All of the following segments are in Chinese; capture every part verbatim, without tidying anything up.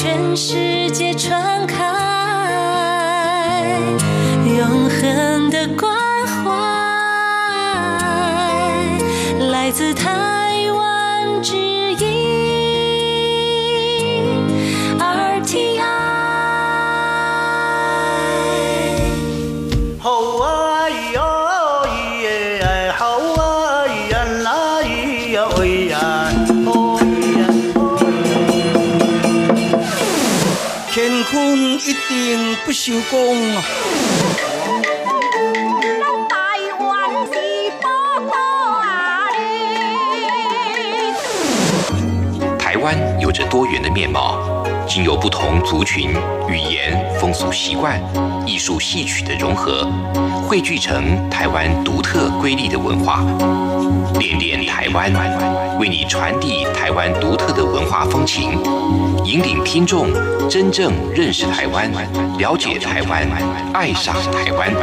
全世界传开，永恒的关怀来自台湾之音 R T I。 好啊咿呀咿耶，好啊咿呀啦咿呀喂呀，哦咿呀哦。乾坤一定不朽功啊！ 台湾有着多元的面貌，经由不同族群、语言、风俗习惯、艺术戏曲的融合，汇聚成台湾独特瑰丽的文化。恋恋台湾，为你传递台湾独特的文化风情，引领听众真正认识台湾，了解台湾，爱上台湾。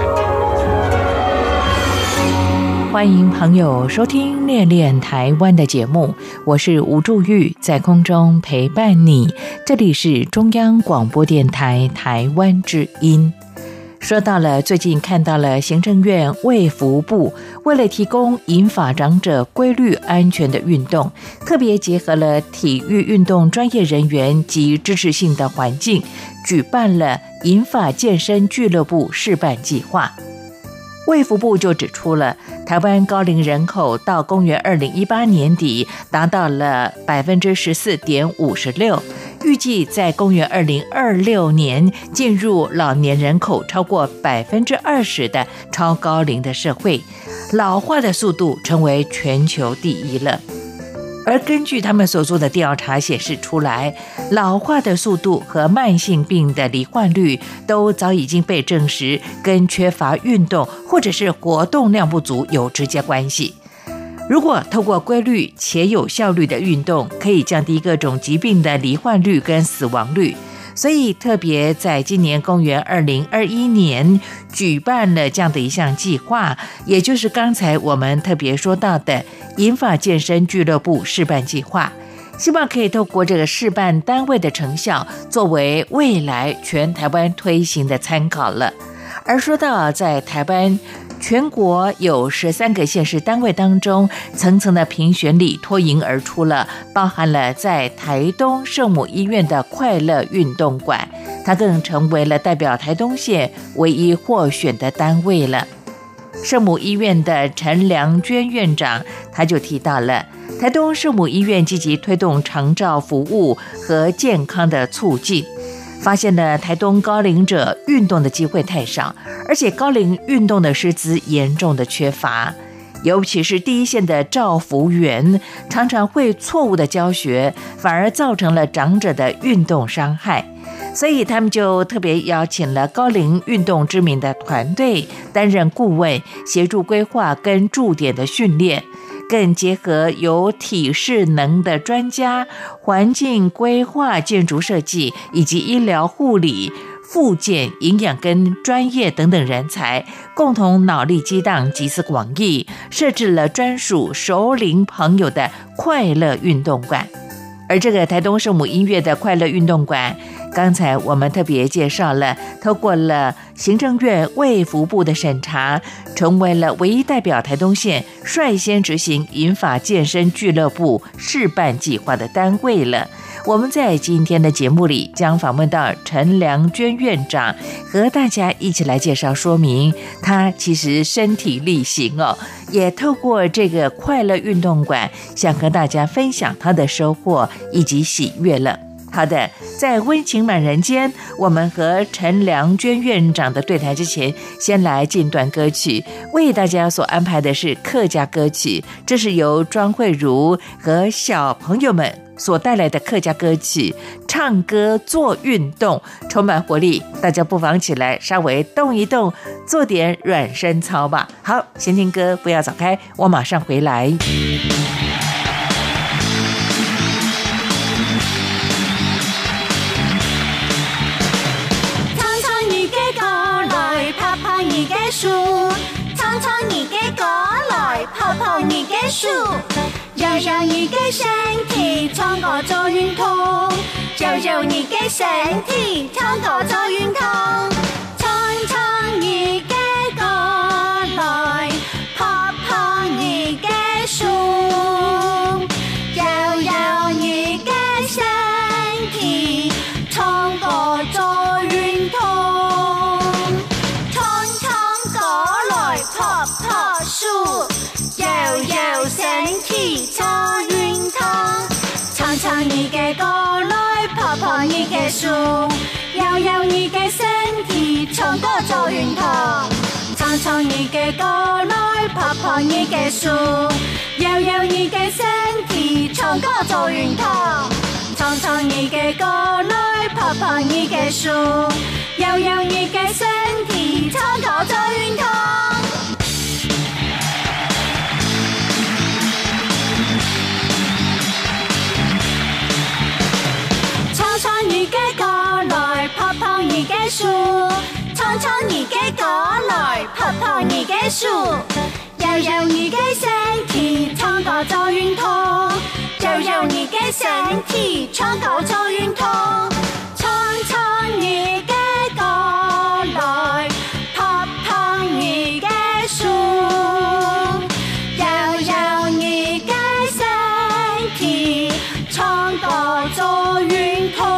欢迎朋友收听《恋恋台湾》的节目，我是吴祝玉，在空中陪伴你。这里是中央广播电台台湾之音。说到了最近看到了行政院卫福部为了提供银发长者规律安全的运动，特别结合了体育运动专业人员及支持性的环境，举办了银发健身俱乐部示范计划。卫福部就指出了，台湾高龄人口到公元二零一八年底达到了百分之十四点五十六，预计在公元二零二六年进入老年人口超过百分之二十的超高龄的社会，老化的速度成为全球第一了。而根据他们所做的调查显示出来，老化的速度和慢性病的罹患率都早已经被证实跟缺乏运动或者是活动量不足有直接关系。如果透过规律且有效率的运动，可以降低各种疾病的罹患率跟死亡率。所以特别在今年公元二零二一年举办了这样的一项计划，也就是刚才我们特别说到的银发健身俱乐部示范计划，希望可以透过这个示范单位的成效，作为未来全台湾推行的参考了。而说到在台湾全国有十三个县市单位当中，层层的评选里脱颖而出了，包含了在台东圣母医院的快乐运动馆，它更成为了代表台东县唯一获选的单位了。圣母医院的陈良娟院长他就提到了，台东圣母医院积极推动长照服务和健康的促进，发现了台东高龄者运动的机会太少，而且高龄运动的师资严重的缺乏，尤其是第一线的照服员常常会错误的教学，反而造成了长者的运动伤害。所以他们就特别邀请了高龄运动知名的团队担任顾问，协助规划跟驻点的训练，更结合有体适能的专家、环境规划、建筑设计以及医疗护理、复健、营养跟专业等等人才，共同脑力激荡，集思广益，设置了专属熟龄朋友的快乐运动馆。而这个台东圣母医院的快乐运动馆，刚才我们特别介绍了，透过了行政院卫福部的审查，成为了唯一代表台东县率先执行银发健身俱乐部示范计划的单位了。我们在今天的节目里将访问到陈良娟院长，和大家一起来介绍说明他其实身体力行哦，也透过这个快乐运动馆想和大家分享他的收获以及喜悦了。好的，在温情满人间，我们和陈良娟院长的对谈之前，先来进段歌曲，为大家所安排的是客家歌曲，这是由庄慧如和小朋友们所带来的客家歌曲，唱歌做运动，充满活力，大家不妨起来稍微动一动，做点软身操吧。好，先听歌，不要走开，我马上回来。 树，唱唱你嘅歌來泡泡你嘅樹，搖搖你嘅身體，唱歌做運動， 揉揉你嘅身體，唱歌做運動，唱唱你嘅歌來，拍拍你嘅手，搖搖你嘅身體，唱歌做運動，唱唱歌來，拍拍手，搖搖身體做運動，唱唱你嘅歌來，拍拍你嘅手，搖搖你嘅身體，唱歌做運動，唱唱你嘅歌來，拍拍你嘅手，搖搖你嘅身體，唱歌做運動，唱唱你嘅歌來，拍拍你嘅手，搖搖你嘅身體，唱歌做運動。唱唱你嘅歌來，拍拍你嘅手，唱唱你嘅歌來，拍拍你嘅手，搖搖你嘅身體，唱歌做運動，搖搖你嘅身體，唱歌做運動，唱唱你嘅歌來，拍拍你嘅手，搖搖你嘅身體，唱歌做運動，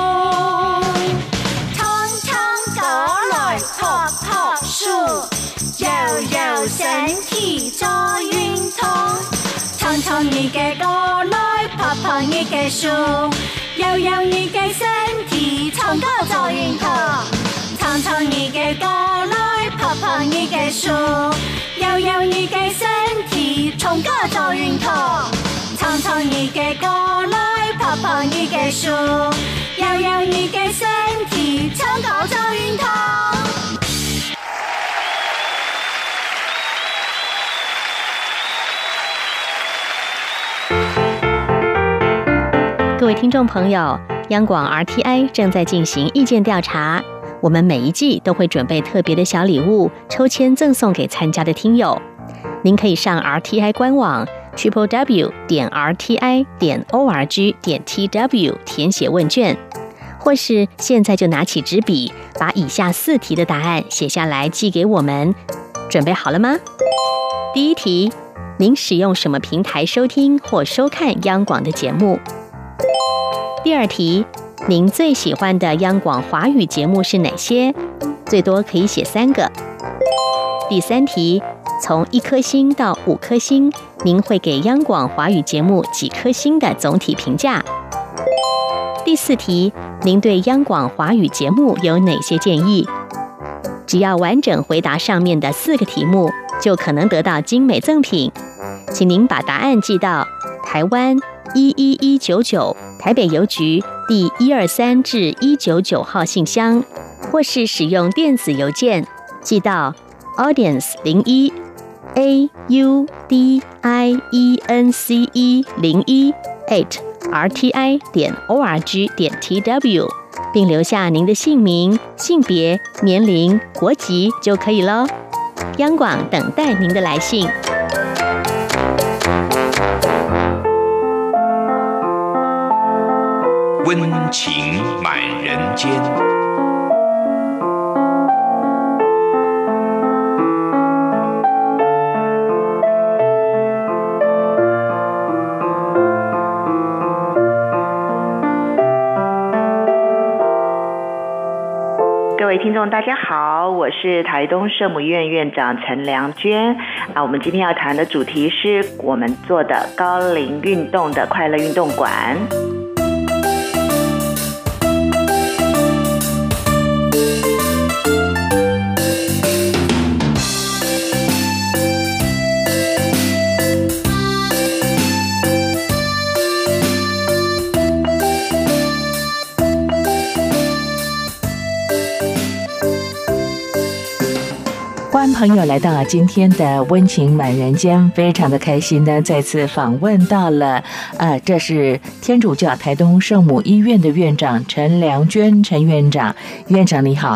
唱唱歌來，拍拍手，搖搖身體做運動，唱唱你嘅歌來，拍拍你嘅手，搖搖你嘅身體，唱歌做運動，唱唱你嘅歌來，拍拍你嘅手，搖搖你嘅身體，唱歌做運動，唱唱你嘅歌來，拍拍你嘅手，搖搖你嘅身體，唱歌做運動。 各位听众朋友，央广 R T I 正在进行意见调查，我们每一季都会准备特别的小礼物，抽签赠送给参加的听友。您可以上 R T I 官网 triple w 点 r t i 点 org 点 t w 填写问卷，或是现在就拿起纸笔，把以下四题的答案写下来寄给我们。准备好了吗？第一题，您使用什么平台收听或收看央广的节目？第二题，您最喜欢的央广华语节目是哪些？最多可以写三个。第三题，从一颗星到五颗星，您会给央广华语节目几颗星的总体评价？第四题，您对央广华语节目有哪些建议？只要完整回答上面的四个题目，就可能得到精美赠品。请您把答案寄到台湾一一一九九台北邮局第一二三至一九九号信箱，或是使用电子邮件寄到 audience 零一 a u d i e n c e 零一 at r t i 点 o r g 点 t w， 并留下您的姓名、性别、年龄、国籍就可以咯。央广等待您的来信。 温情满人间。 各位听众大家好，我是台东圣母医院院长陈良娟啊。我们今天要谈的主题是我们做的高龄运动的快乐运动馆。 欢迎朋友来到今天的温情满人间，非常的开心呢，再次访问到了呃，这是天主教台东圣母医院的院长陈良娟陈院长。院长你好。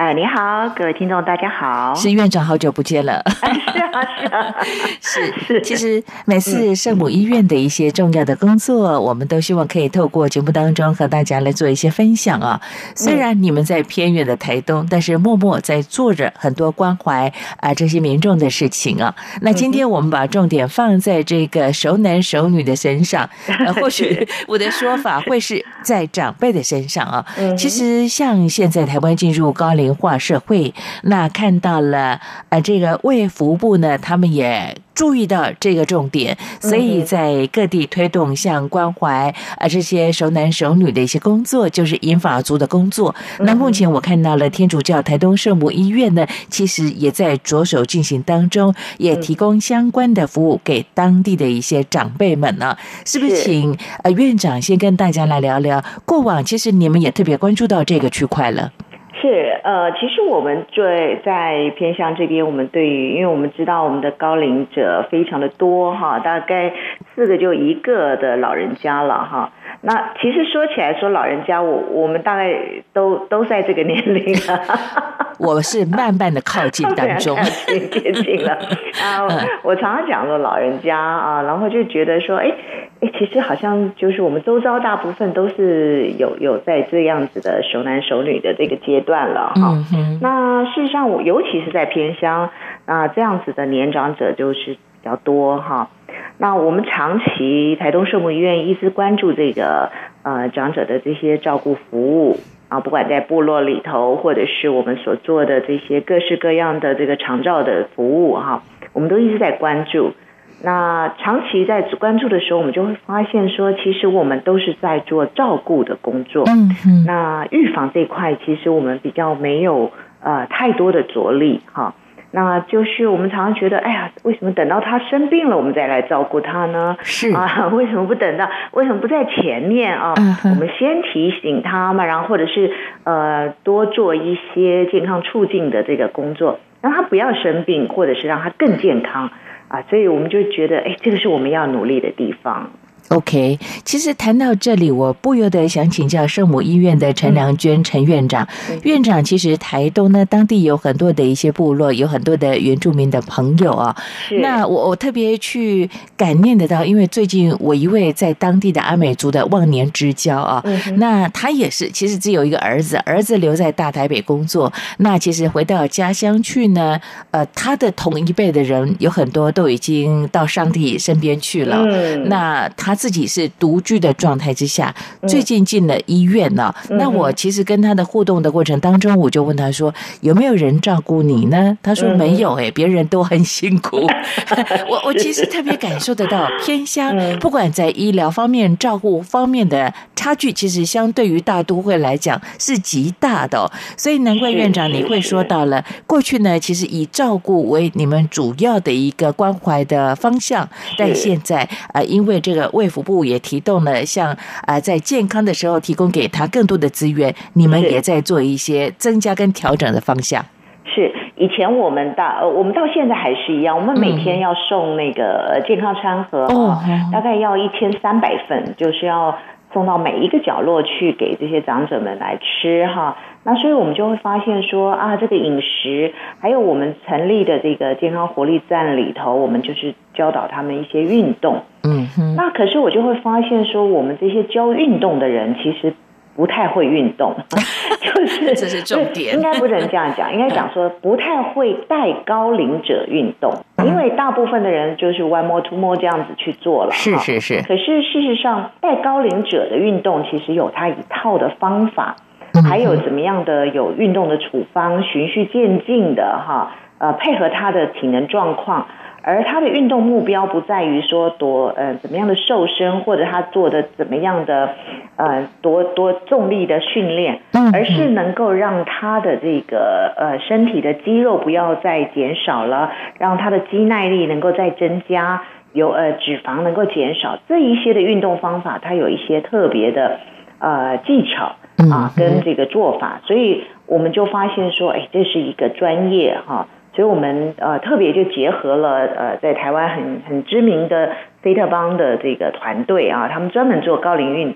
哎，你好，各位听众，大家好。 是院长，好久不见了。 是啊，是啊， 是是。其实每次圣母医院的一些重要的工作，嗯、我们都希望可以透过节目当中和大家来做一些分享啊。虽然你们在偏远的台东，但是默默在做着很多关怀啊、呃、这些民众的事情啊。那今天我们把重点放在这个熟男熟女的身上，呃，或许我的说法会是在长辈的身上啊。其实像现在台湾进入高龄化社会，那看到了呃这个卫福部呢，他们也注意到这个重点，所以在各地推动像关怀啊这些熟男熟女的一些工作，就是银发族的工作。那目前我看到了天主教台东圣母医院呢，其实也在着手进行当中，也提供相关的服务给当地的一些长辈们呢。是不是请呃院长先跟大家来聊聊，过往其实你们也特别关注到这个区块了。 是，呃，其实我们最在偏乡这边，我们对于，因为我们知道我们的高龄者非常的多哈，大概四个就一个的老人家了哈。那其实说起来说老人家，我我们大概都都在这个年龄了。 我是慢慢的靠近当中， 接近了啊！我常常讲说老人家啊，然后就觉得说，哎哎，其实好像就是我们周遭大部分都是有有在这样子的熟男熟女的这个阶段了哈。嗯、那事实上，我尤其是在偏乡啊，这样子的年长者就是比较多哈。那我们长期台东圣母医院一直关注这个呃长者的这些照顾服务。啊，不管在部落里头，或者是我们所做的这些各式各样的这个长照的服务哈，我们都一直在关注。那长期在关注的时候，我们就会发现说，其实我们都是在做照顾的工作。嗯嗯。那预防这一块，其实我们比较没有呃太多的着力哈。那就是我们常常觉得，哎呀，为什么等到他生病了，我们再来照顾他呢？是啊，为什么不等到？为什么不在前面啊？嗯、我们先提醒他嘛，然后或者是呃多做一些健康促进的这个工作，让他不要生病，或者是让他更健康啊。所以我们就觉得，哎，这个是我们要努力的地方。 OK， 其实谈到这里，我不由得想请教圣母医院的陈良娟陈院长。嗯、院长，其实台东呢，当地有很多的一些部落，有很多的原住民的朋友啊。那我我特别去感念得到，因为最近我一位在当地的阿美族的忘年之交啊，嗯、那他也是，其实只有一个儿子，儿子留在大台北工作。那其实回到家乡去呢，呃，他的同一辈的人有很多都已经到上帝身边去了。嗯、那他自己是独居的状态之下，最近进了医院了。嗯、那我其实跟他的互动的过程当中，我就问他说：“有没有人照顾你呢？”他说：“没有、欸，哎，别人都很辛苦。我”我我其实特别感受得到，偏乡不管在医疗方面、照顾方面的差距，其实相对于大都会来讲是极大的、哦。所以难怪院长你会说到了，过去呢，其实以照顾为你们主要的一个关怀的方向，但现在呃，因为这个卫福部也提供了像啊、呃，在健康的时候提供给他更多的资源，你们也在做一些增加跟调整的方向。 是，以前我们到呃，我们到现在还是一样，我们每天要送那个健康餐盒，哦、大概要一千三百份，就是要送到每一个角落去给这些长者们来吃哈。那所以我们就会发现说啊，这个饮食，还有我们成立的这个健康活力站里头，我们就是教导他们一些运动。嗯哼。那可是我就会发现说，我们这些教运动的人其实不太会运动，就是这是重点。 应该不能这样讲，应该讲说不太会带高龄者运动，因为大部分的人就是 one more two more 这样子去做了。 是是是。 可是事实上，带高龄者的运动其实有它一套的方法。还有怎么样的有运动的处方，循序渐进的哈，呃，配合他的体能状况，而他的运动目标不在于说多呃怎么样的瘦身，或者他做的怎么样的呃多多重力的训练，而是能够让他的这个呃身体的肌肉不要再减少了，让他的肌耐力能够再增加，有呃脂肪能够减少，这一些的运动方法，它有一些特别的呃技巧。啊，跟这个做法，所以我们就发现说，哎，这是一个专业哈，所以我们呃特别就结合了呃在台湾很很知名的菲特邦的这个团队啊，他们专门做高龄运动，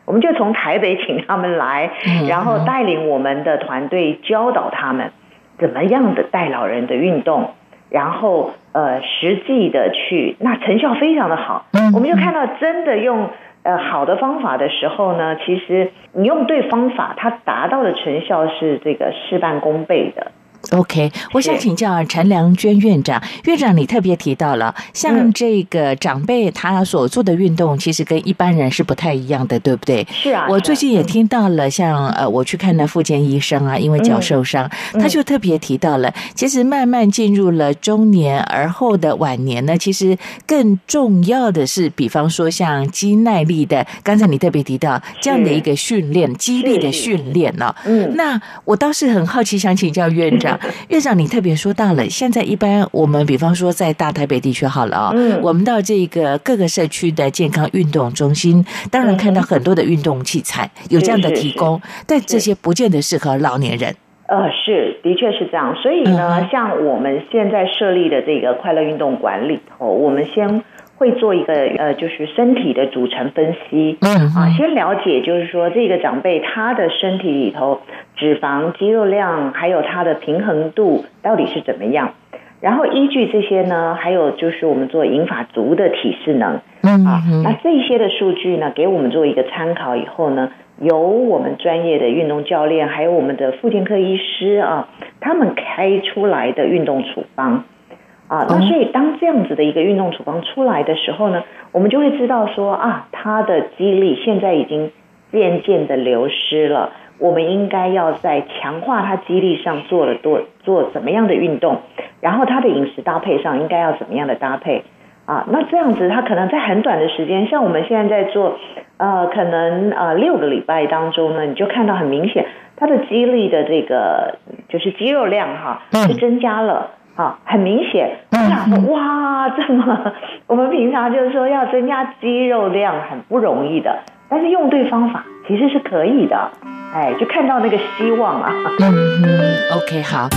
我们就从台北请他们来，然后带领我们的团队教导他们怎么样的带老人的运动，然后呃实际的去，那成效非常的好。我们就看到真的用呃好的方法的时候呢，其实你用对方法，它达到的成效是这个事半功倍的。 OK， 我想请教陈良娟院长，院长你特别提到了，像这个长辈他所做的运动，其实跟一般人是不太一样的，对不对？ 是啊， 我最近也听到了，像呃，我去看了复健医生啊，因为脚受伤，嗯、他就特别提到了，其实慢慢进入了中年而后的晚年呢，其实更重要的是，比方说像肌耐力的，刚才你特别提到这样的一个训练，肌力的训练呢、哦，嗯，那我倒是很好奇，想请教院长。院长，你特别说到了，现在一般我们比方说在大台北地区好了啊、哦，嗯，我们到这个各个社区的健康运动中心，当然看到很多的运动器材有这样的提供，但这些不见得适合老年人。 呃，是，的确是这样。所以呢，嗯、像我们现在设立的这个快乐运动馆里头，我们先会做一个呃，就是身体的组成分析，嗯啊，先了解就是说这个长辈他的身体里头脂肪、肌肉量还有他的平衡度到底是怎么样，然后依据这些呢，还有就是我们做银发族的体适能，嗯啊，那这些的数据呢，给我们做一个参考以后呢，由我们专业的运动教练还有我们的复健科医师啊，他们开出来的运动处方。啊，那所以当这样子的一个运动处方出来的时候呢，我们就会知道说啊，他的肌力现在已经渐渐的流失了，我们应该要在强化他肌力上做了多做怎么样的运动，然后他的饮食搭配上应该要怎么样的搭配啊？那这样子他可能在很短的时间，像我们现在在做呃，可能呃六个礼拜当中呢，你就看到很明显他的肌力的这个就是肌肉量哈是增加了。啊，很明显，我想说，哇，这么我们平常就是说要增加肌肉量很不容易的，但是用对方法其实是可以的，哎，就看到那个希望啊。 嗯嗯 ，OK， 好。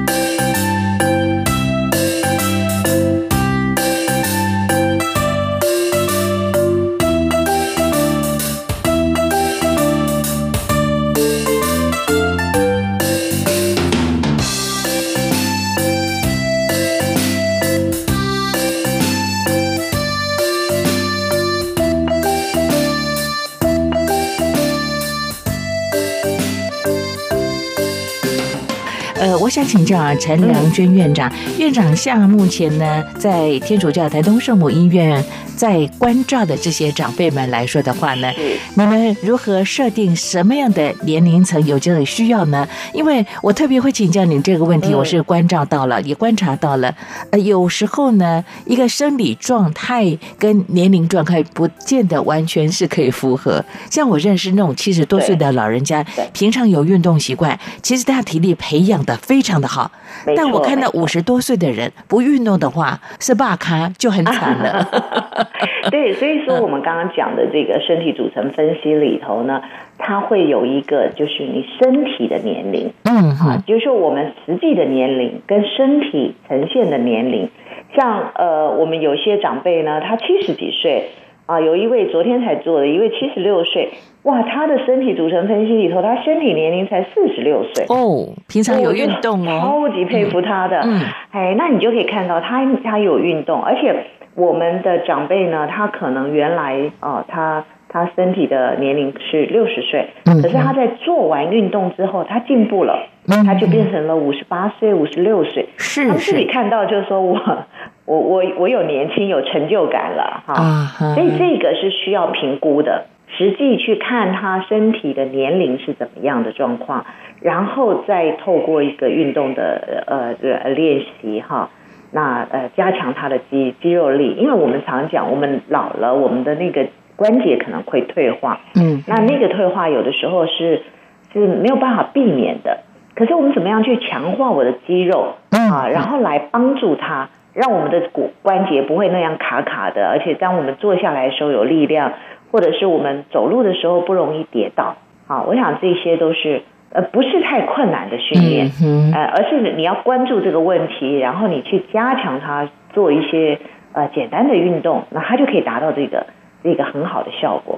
呃，我想请教啊，陈良娟院长，院长像目前呢，在天主教台东圣母医院在关照的这些长辈们来说的话呢，你们如何设定什么样的年龄层有这个需要呢？因为我特别会请教你这个问题，我是关照到了，也观察到了，呃，有时候呢，一个生理状态跟年龄状态不见得完全是可以符合。像我认识那种七十多岁的老人家，平常有运动习惯，其实他体力培养的非常的好，但我看到五十多岁的人不运动的话，是霸咖就很惨了。 对，所以说我们刚刚讲的这个身体组成分析里头呢，它会有一个就是你身体的年龄，嗯啊，就是说我们实际的年龄跟身体呈现的年龄，像呃我们有些长辈呢，他七十几岁啊，有一位昨天才做的一位七十六岁。哇，他的身体组成分析里头，他身体年龄才四十六岁哦，平常有运动哦， 超级佩服他的。嗯，哎，那你就可以看到他他有运动，而且我们的长辈呢，他可能原来哦，他他身体的年龄是六十岁，可是他在做完运动之后，他进步了，他就变成了五十八岁、五十六岁。 是， 他自己看到就是说我我我我有年轻有成就感了哈，啊，所以这个是需要评估的。实际去看他身体的年龄是怎么样的状况，然后再透过一个运动的呃练习哈，那呃加强他的肌肌肉力，因为我们常讲我们老了，我们的那个关节可能会退化，嗯，那那个退化有的时候是是没有办法避免的，可是我们怎么样去强化我的肌肉啊，然后来帮助他，让我们的骨关节不会那样卡卡的，而且当我们坐下来的时候有力量。或者是我们走路的时候不容易跌倒，啊，我想这些都是呃不是太困难的训练，嗯、呃，而是你要关注这个问题，然后你去加强它，做一些呃简单的运动，那它就可以达到这个这个很好的效果。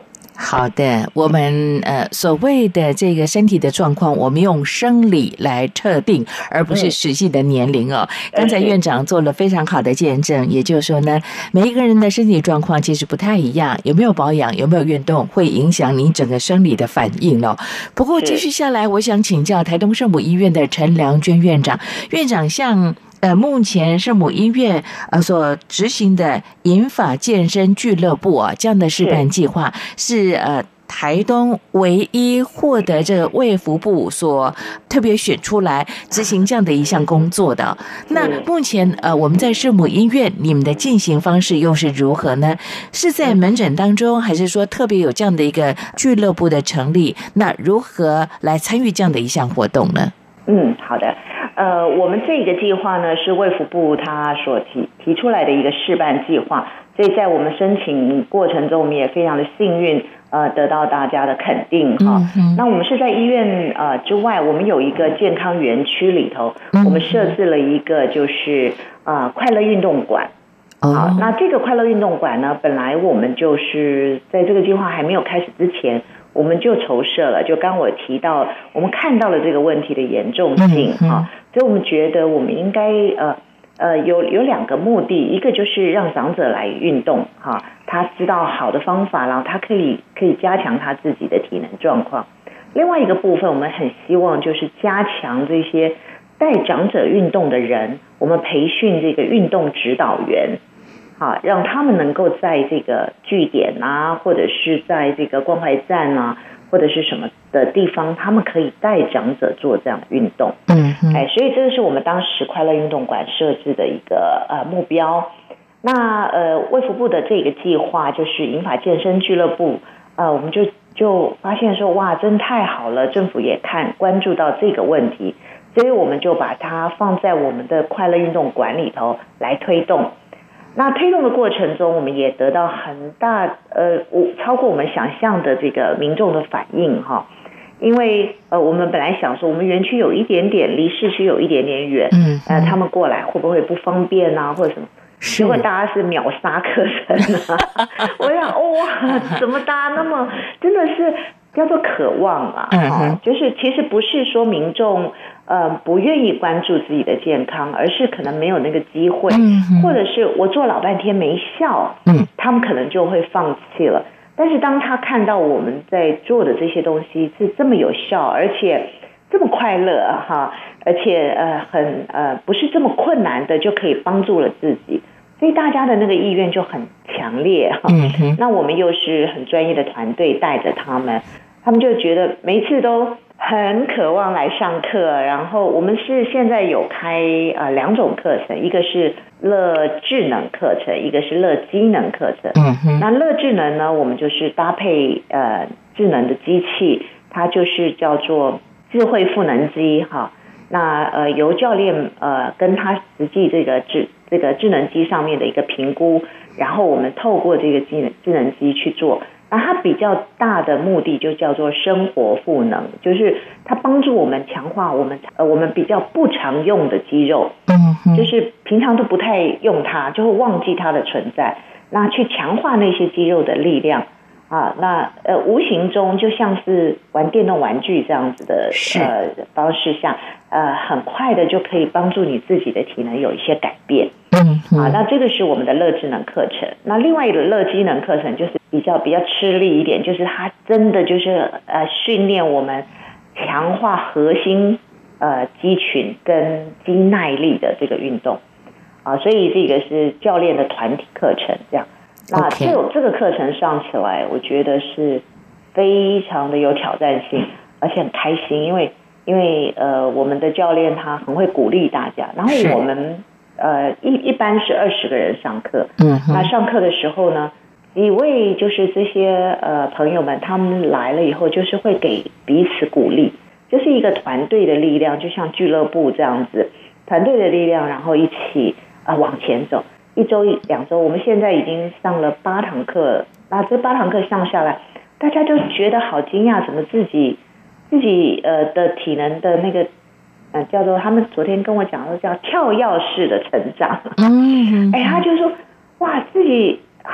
好的，我们呃所谓的这个身体的状况，我们用生理来测定，而不是实际的年龄哦。刚才院长做了非常好的见证，也就是说呢，每一个人的身体状况其实不太一样，有没有保养，有没有运动，会影响你整个生理的反应哦。不过继续下来，我想请教台东圣母医院的陈良娟院长，院长像。呃，目前圣母医院呃所执行的银发健身俱乐部啊，这样的示范计划是呃台东唯一获得这个卫福部所特别选出来执行这样的一项工作的。那目前呃我们在圣母医院，你们的进行方式又是如何呢？是在门诊当中，还是说特别有这样的一个俱乐部的成立？那如何来参与这样的一项活动呢？ 嗯，好的。呃，我们这个计划呢是卫福部他所提提出来的一个示范计划，所以在我们申请过程中，我们也非常的幸运，呃，得到大家的肯定哈。嗯、那我们是在医院呃之外，我们有一个健康园区里头，嗯、我们设置了一个就是呃快乐运动馆。好、哦，那这个快乐运动馆呢，本来我们就是在这个计划还没有开始之前。我们就筹设了，就刚我提到，我们看到了这个问题的严重性哈、啊，所以我们觉得我们应该呃呃有有两个目的，一个就是让长者来运动哈、啊，他知道好的方法，然后他可以可以加强他自己的体能状况。另外一个部分，我们很希望就是加强这些带长者运动的人，我们培训这个运动指导员。啊，让他们能够在这个据点啊，或者是在这个关怀站啊，或者是什么的地方，他们可以带长者做这样的运动。嗯，哎，所以这个是我们当时快乐运动馆设置的一个呃目标。那呃，卫福部的这个计划就是银发健身俱乐部，呃，我们就就发现说，哇，真太好了，政府也看关注到这个问题，所以我们就把它放在我们的快乐运动馆里头来推动。那推动的过程中，我们也得到很大呃，超过我们想象的这个民众的反应哈。因为呃，我们本来想说，我们园区有一点点离市区有一点点远，嗯，呃，他们过来会不会不方便啊，或者什么？结果大家是秒杀课程啊！我想，哇，怎么大家那么真的是叫做渴望啊？嗯，就是其实不是说民众。呃，不愿意关注自己的健康，而是可能没有那个机会，嗯、或者是我做老半天没效，嗯，他们可能就会放弃了。但是当他看到我们在做的这些东西是这么有效，而且这么快乐哈，而且呃很呃不是这么困难的就可以帮助了自己，所以大家的那个意愿就很强烈哈。嗯、那我们又是很专业的团队带着他们，他们就觉得每一次都。很渴望来上课，然后我们是现在有开呃两种课程，一个是乐智能课程，一个是乐机能课程。嗯哼，那乐智能呢，我们就是搭配呃智能的机器，它就是叫做智慧赋能机哈。那呃由教练呃跟他实际这个智这个智能机上面的一个评估，然后我们透过这个智能智能机去做。那它比较大的目的就叫做生活赋能，就是它帮助我们强化我们呃我们比较不常用的肌肉，嗯，就是平常都不太用它，就会忘记它的存在。那去强化那些肌肉的力量啊，那呃无形中就像是玩电动玩具这样子的呃方式下，呃很快的就可以帮助你自己的体能有一些改变。嗯，啊，那这个是我们的乐智能课程。那另外一个乐机能课程就是比较比较吃力一点，就是它真的就是呃训练我们强化核心呃肌群跟肌耐力的这个运动啊，所以这个是教练的团体课程这样。那这个这个课程上起来，我觉得是非常的有挑战性，而且很开心，因为因为呃我们的教练他很会鼓励大家，然后我们。呃，一一般是二十个人上课，嗯，那上课的时候呢，几位就是这些呃朋友们，他们来了以后，就是会给彼此鼓励，就是一个团队的力量，就像俱乐部这样子，团队的力量，然后一起啊、呃、往前走。一周两周，我们现在已经上了八堂课，那这八堂课上下来，大家就觉得好惊讶，怎么自己自己呃的体能的那个。呃，叫做他们昨天跟我讲说叫跳跃式的成长，嗯，哎，他就说哇，自己好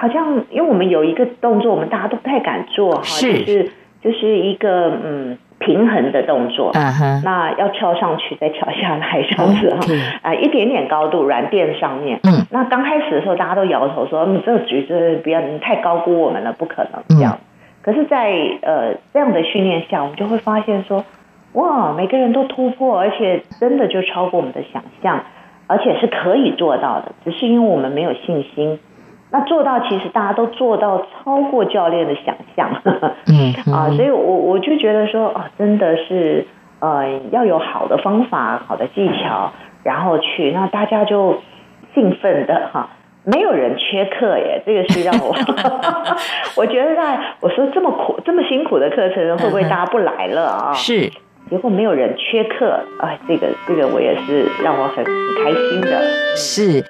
好像因为我们有一个动作，我们大家都不太敢做哈，就是就是一个嗯平衡的动作，啊哈，那要跳上去再跳下来这样子哈，啊、呃，一点点高度软垫上面，嗯，那刚开始的时候大家都摇头说，嗯，这个局这不要，你太高估我们了，不可能这样。嗯、可是在，呃这样的训练下，我们就会发现说，哇，每个人都突破，而且真的就超过我们的想象，而且是可以做到的，只是因为我们没有信心。那做到，其实大家都做到超过教练的想象，嗯啊，所以我我就觉得说啊，真的是呃要有好的方法、好的技巧，然后去，那大家就兴奋的哈，没有人缺课耶，这个是让我我觉得在我说这么苦、这么辛苦的课程，会不会大家不来了啊？ 是， 结果没有人缺课，哎，这个这个我也是让我很很开心的， 是。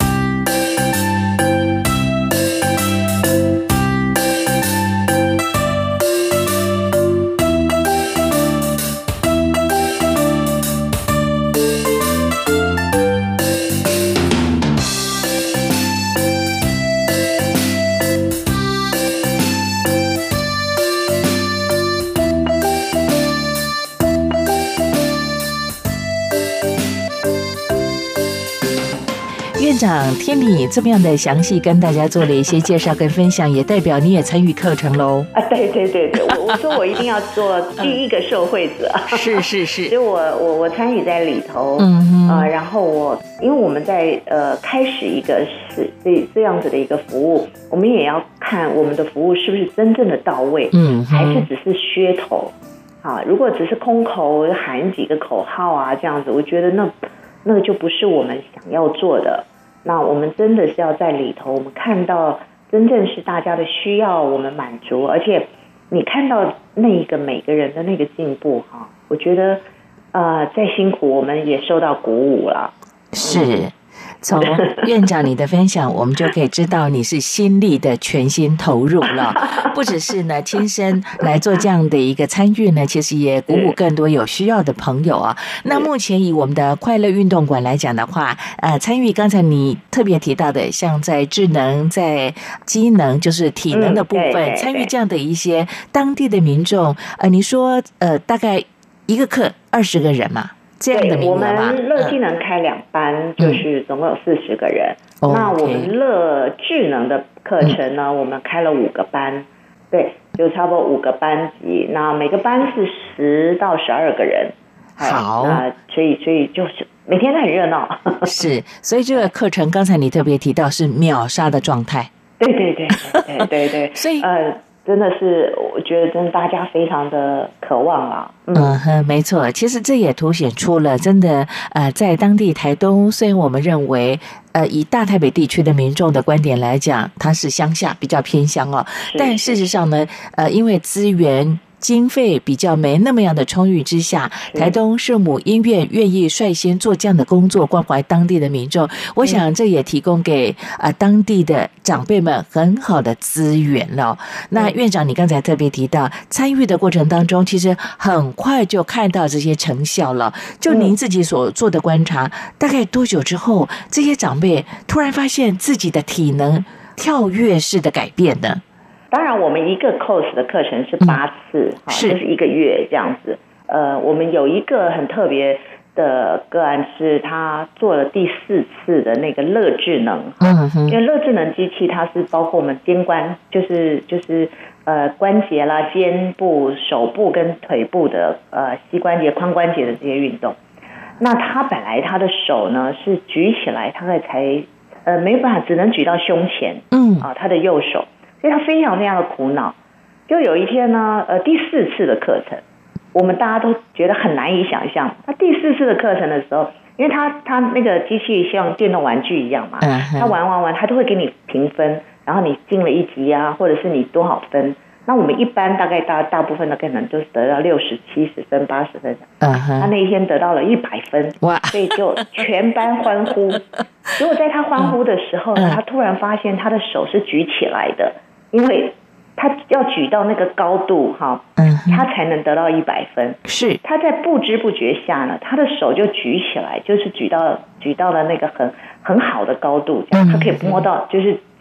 院长听你这么样的详细跟大家做了一些介绍跟分享，也代表你也参与课程喽。 啊，对对对对，我我说我一定要做第一个受惠者。 是是是， 所以我我我参与在里头，嗯啊、呃，然后我因为我们在呃开始一个是这这样子的一个服务，我们也要看我们的服务是不是真正的到位，嗯，还是只是噱头。啊，如果只是空口喊几个口号啊这样子，我觉得那那个就不是我们想要做的。那我们真的是要在里头，我们看到真正是大家的需要，我们满足，而且你看到那一个每个人的那个进步哈，我觉得呃再辛苦我们也受到鼓舞了。 是。从院长你的分享，我们就可以知道你是心力的全心投入了，不只是呢亲身来做这样的一个参与呢，其实也鼓舞更多有需要的朋友啊。那目前以我们的快乐运动馆来讲的话，呃，参与刚才你特别提到的，像在智能、在机能，就是体能的部分，参与这样的一些当地的民众，呃，你说呃大概一个课二十个人嘛？这样的名额吗？ 我们乐技能开两班，嗯、就是总共有四十个人。嗯、那我们乐智能的课程呢，嗯、我们开了五个班，对，就差不多五个班级。那每个班是十到十二个人。 好， 那所以所以就是每天都很热闹。 是，所以这个课程刚才你特别提到是秒杀的状态。 对对对对对对， 所以呃。真的是，我觉得真的大家非常的渴望啊。 嗯哼，没错，其实这也凸显出了真的呃，在当地台东，虽然我们认为呃以大台北地区的民众的观点来讲，它是乡下比较偏乡哦，但事实上呢，呃，因为资源经费比较没那么样的充裕之下，台东圣母医院愿意率先做这样的工作，关怀当地的民众。我想这也提供给啊、呃、当地的长辈们很好的资源了。那院长，你刚才特别提到参与的过程当中，其实很快就看到这些成效了。就您自己所做的观察，大概多久之后，这些长辈突然发现自己的体能跳跃式的改变呢？ 当然，我们一个 course 的课程是八次，嗯、是就是一个月这样子。呃，我们有一个很特别的个案是，他做了第四次的那个乐智能。嗯哼，因为乐智能机器它是包括我们肩关，就是就是呃关节啦、肩部、手部跟腿部的呃膝关节、髋关节的这些运动。那他本来他的手呢是举起来，他才呃没有办法，只能举到胸前。嗯啊，他的右手。所以他非常非常的苦恼。就有一天呢，呃，第四次的课程，我们大家都觉得很难以想象。他第四次的课程的时候，因为他他那个机器像电动玩具一样嘛，他玩玩玩，他都会给你评分，然后你进了一级啊，或者是你多少分。那我们一般大概大大部分的可能就是得到六十七十分、八十分。嗯哼，他那一天得到了一百分，哇！所以就全班欢呼。结果在他欢呼的时候呢，他突然发现他的手是举起来的。因为他要举到那个高度哈，嗯，他才能得到一百分。是他在不知不觉下呢，他的手就举起来，就是举到举到了那个很很好的高度，这样他可以摸到，就是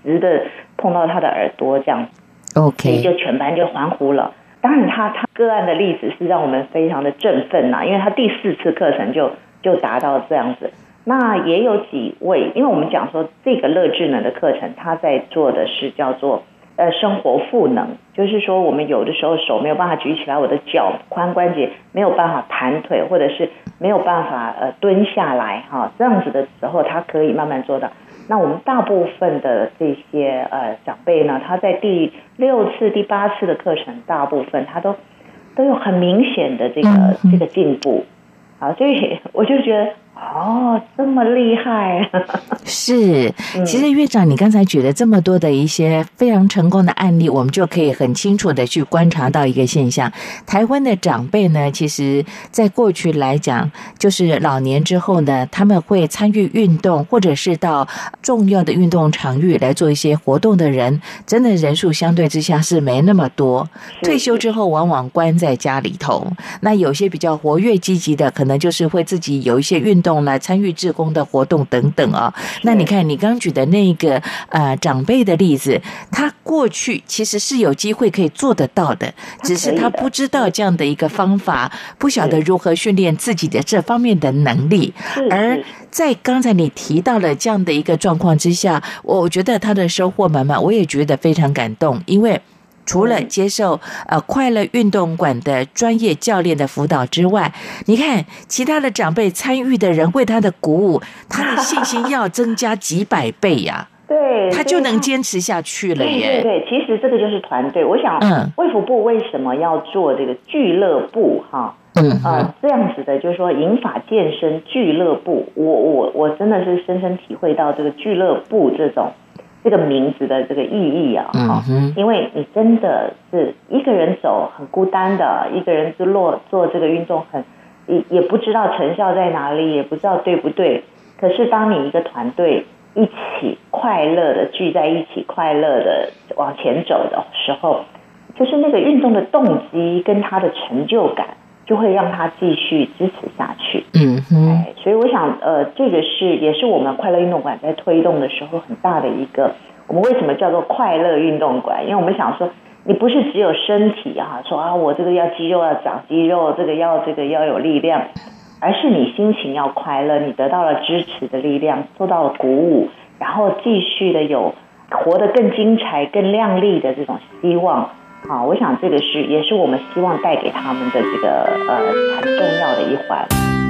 直的碰到他的耳朵这样 ，OK， 所以就全班就欢呼了。当然他，他个案的例子是让我们非常的振奋呐，因为他第四次课程就就达到这样子。那也有几位，因为我们讲说这个乐智能的课程，他在做的是叫做呃生活赋能，就是说我们有的时候手没有办法举起来，我的脚髋关节没有办法盘腿，或者是没有办法呃蹲下来哈，这样子的时候，他可以慢慢做到。那我们大部分的这些呃长辈呢，他在第六次、第八次的课程，大部分他都都有很明显的这个、嗯、这个进步啊，所以我就觉得哦，这么厉害！ 是，其实院长，你刚才举了这么多的一些非常成功的案例，我们就可以很清楚的去观察到一个现象：台湾的长辈呢，其实在过去来讲，就是老年之后呢，他们会参与运动，或者是到重要的运动场域来做一些活动的人，真的人数相对之下是没那么多。退休之后，往往关在家里头。那有些比较活跃积极的，可能就是会自己有一些运动来参与志工的活动等等啊。那你看你刚举的那个呃长辈的例子，他过去其实是有机会可以做得到的，只是他不知道这样的一个方法，不晓得如何训练自己的这方面的能力。而在刚才你提到了这样的一个状况之下，我觉得他的收获满满，我也觉得非常感动，因为除了接受呃快乐运动馆的专业教练的辅导之外，你看其他的长辈参与的人为他的鼓舞，他的信心要增加几百倍呀、啊。 对， 他就能坚持下去了耶。 对对对，其实这个就是团队。我想，嗯，卫福部为什么要做这个俱乐部哈？嗯呃，这样子的，就是说银发健身俱乐部，我我我真的是深深体会到这个俱乐部这种。这个名字的这个意义啊，嗯、因为你真的是一个人走很孤单的，一个人就做做这个运动很也也不知道成效在哪里，也不知道对不对。可是当你一个团队一起快乐的聚在一起，快乐的往前走的时候，就是那个运动的动机跟他的成就感，就会让他继续支持下去。嗯哼，哎，所以我想，呃，这个是也是我们快乐运动馆在推动的时候很大的一个。我们为什么叫做快乐运动馆？因为我们想说，你不是只有身体啊，说啊，我这个要肌肉要长肌肉，这个要这个要有力量，而是你心情要快乐，你得到了支持的力量，受到了鼓舞，然后继续的有活得更精彩、更亮丽的这种希望。啊，我想这个是也是我们希望带给他们的这个呃很重要的一环。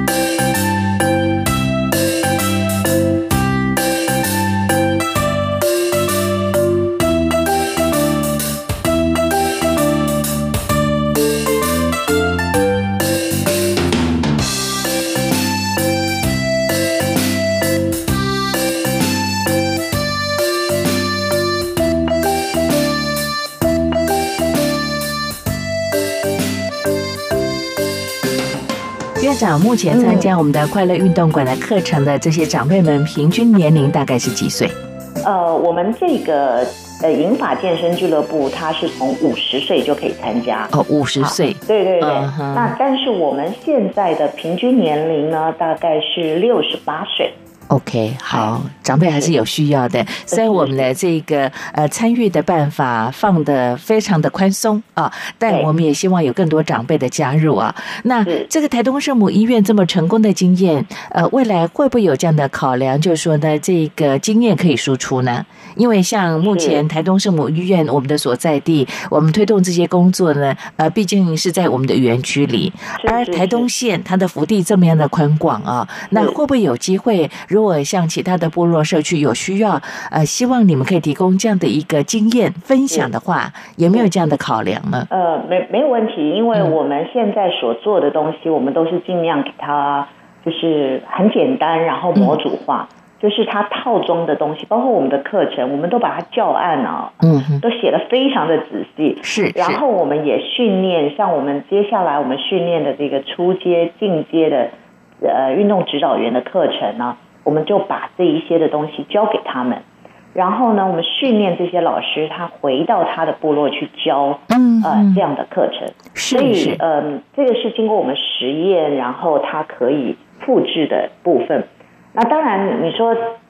院长，目前参加我们的快乐运动馆的课程的这些长辈们，平均年龄大概是几岁？ 呃，我们这个呃银发健身俱乐部，它是从五十岁就可以参加。 哦，五十岁。 对对对。Uh-huh. 那但是我们现在的平均年龄呢，大概是六十八岁。 OK， 好，长辈还是有需要的。虽然我们的这个呃参与的办法放得非常的宽松啊，但我们也希望有更多长辈的加入啊。那这个台东圣母医院这么成功的经验，呃，未来会不会有这样的考量？就是说呢，这个经验可以输出呢？因为像目前台东圣母医院我们的所在地，我们推动这些工作呢，呃，毕竟是在我们的园区里，而台东县它的幅地这么样的宽广啊，那会不会有机会？如果像其他的部落社区有需要，呃，希望你们可以提供这样的一个经验分享的话，有没有这样的考量呢？ 呃，没没有问题，因为我们现在所做的东西，我们都是尽量给它就是很简单，然后模组化，嗯、就是它套装的东西，包括我们的课程，我们都把它教案啊，嗯，都写得非常的仔细。 是， 然后我们也训练，像我们接下来我们训练的这个初阶、进阶的呃运动指导员的课程呢。我们就把这一些的东西交给他们，然后呢，我们训练这些老师，他回到他的部落去教，嗯呃这样的课程。所以，嗯、呃，这个是经过我们实验，然后它可以复制的部分。那当然，你说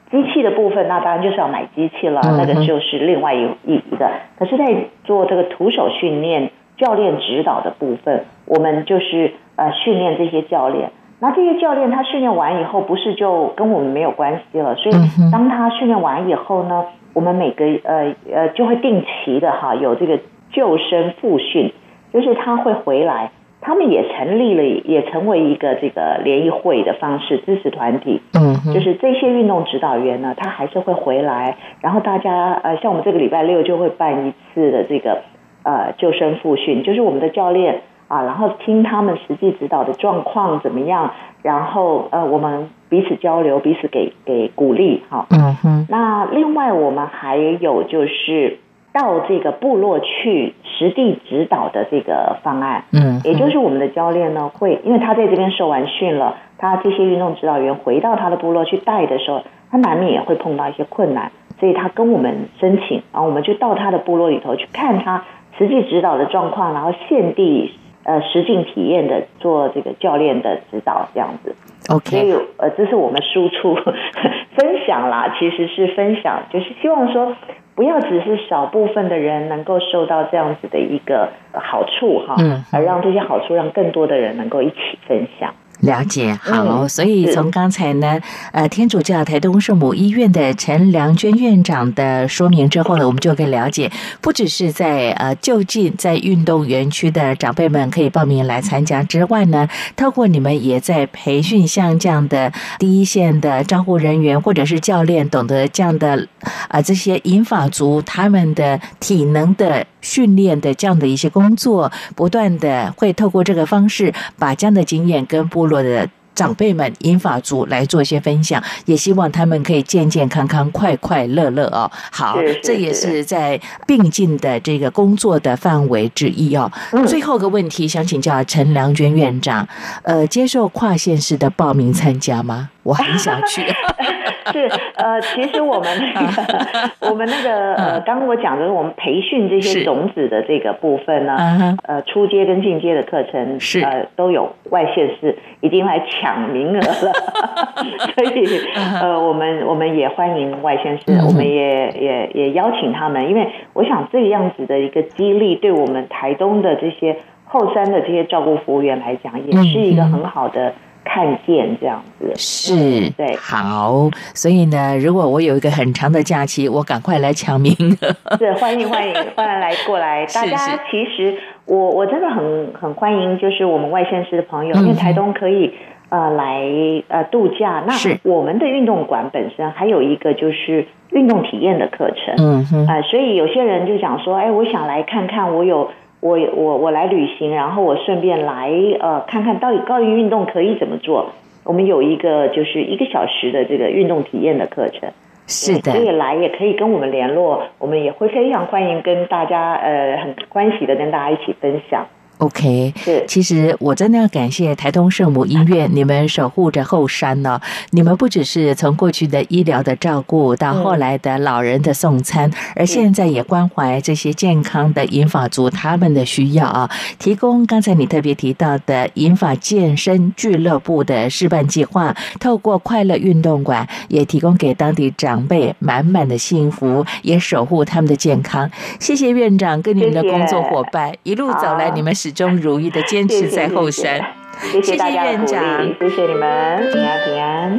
机器的部分，那当然就是要买机器了， 嗯、 那个就是另外一一一个。可是，在做这个徒手训练、教练指导的部分，我们就是呃训练这些教练。那这些教练他训练完以后，不是就跟我们没有关系了？所以，当他训练完以后呢，我们每个呃呃就会定期的哈有这个救生复训，就是他会回来。他们也成立了，也成为一个这个联谊会的方式支持团体。嗯，就是这些运动指导员呢，他还是会回来，然后大家呃，像我们这个礼拜六就会办一次的这个呃救生复训，就是我们的教练啊，然后听他们实际指导的状况怎么样，然后呃我们彼此交流，彼此给给鼓励哈。嗯哼。那另外我们还有就是到这个部落去实地指导的这个方案，嗯，也就是我们的教练呢会，因为他在这边受完训了，他这些运动指导员回到他的部落去带的时候，他难免也会碰到一些困难，所以他跟我们申请，然后我们就到他的部落里头去看他实际指导的状况，然后现地呃实境体验的做这个教练的指导这样子。OK， 所以呃这是我们输出分享啦，其实是分享，就是希望说不要只是少部分的人能够受到这样子的一个好处哈，嗯，而让这些好处让更多的人能够一起分享。 了解，好、嗯，所以从刚才呢，呃，天主教台东圣母医院的陈良娟院长的说明之后呢，我们就可以了解，不只是在呃就近在运动园区的长辈们可以报名来参加之外呢，透过你们也在培训像这样的第一线的照护人员或者是教练，懂得这样的啊、呃、这些银发族他们的体能的训练的这样的一些工作，不断的会透过这个方式把这样的经验跟部落的长辈们银发族来做一些分享，也希望他们可以健健康康快快乐乐哦。好，这也是在并进的这个工作的范围之一哦。嗯、最后一个问题想请教陈良娟院长，呃，接受跨县市的报名参加吗？我很想去。 是呃，其实我们那个我们那个呃，刚刚我讲的是我们培训这些种子的这个部分呢，呃，初阶跟进阶的课程是呃都有外县市一定来抢名额了，所以呃，我们我们也欢迎外县市，我们也也也邀请他们，因为我想这样子的一个激励，对我们台东的这些后山的这些照顾服务员来讲，也是一个很好的看见这样子。 是， 对， 好，所以呢，如果我有一个很长的假期，我赶快来抢名额。 是，欢迎欢迎欢迎来过来。大家其实我我真的很很欢迎，就是我们外县市的朋友，因为台东可以呃来呃度假。那我们的运动馆本身还有一个就是运动体验的课程，嗯哼，呃，所以有些人就想说，哎，我想来看看，我有。我我我来旅行，然后我顺便来呃看看到底高龄运动可以怎么做。我们有一个就是一个小时的这个运动体验的课程， 是的， 所以来也可以跟我们联络，我们也会非常欢迎跟大家呃很欢喜的跟大家一起分享。 OK， 其实我真的要感谢台东圣母医院，你们守护着后山呢、哦。你们不只是从过去的医疗的照顾，到后来的老人的送餐，而现在也关怀这些健康的银发族他们的需要啊。提供刚才你特别提到的银发健身俱乐部的示范计划，透过快乐运动馆，也提供给当地长辈满满的幸福，也守护他们的健康。谢谢院长跟你们的工作伙伴，谢谢一路走来，你们始终如一的坚持在后山。 谢谢大家的鼓励，谢谢你们，平安平安。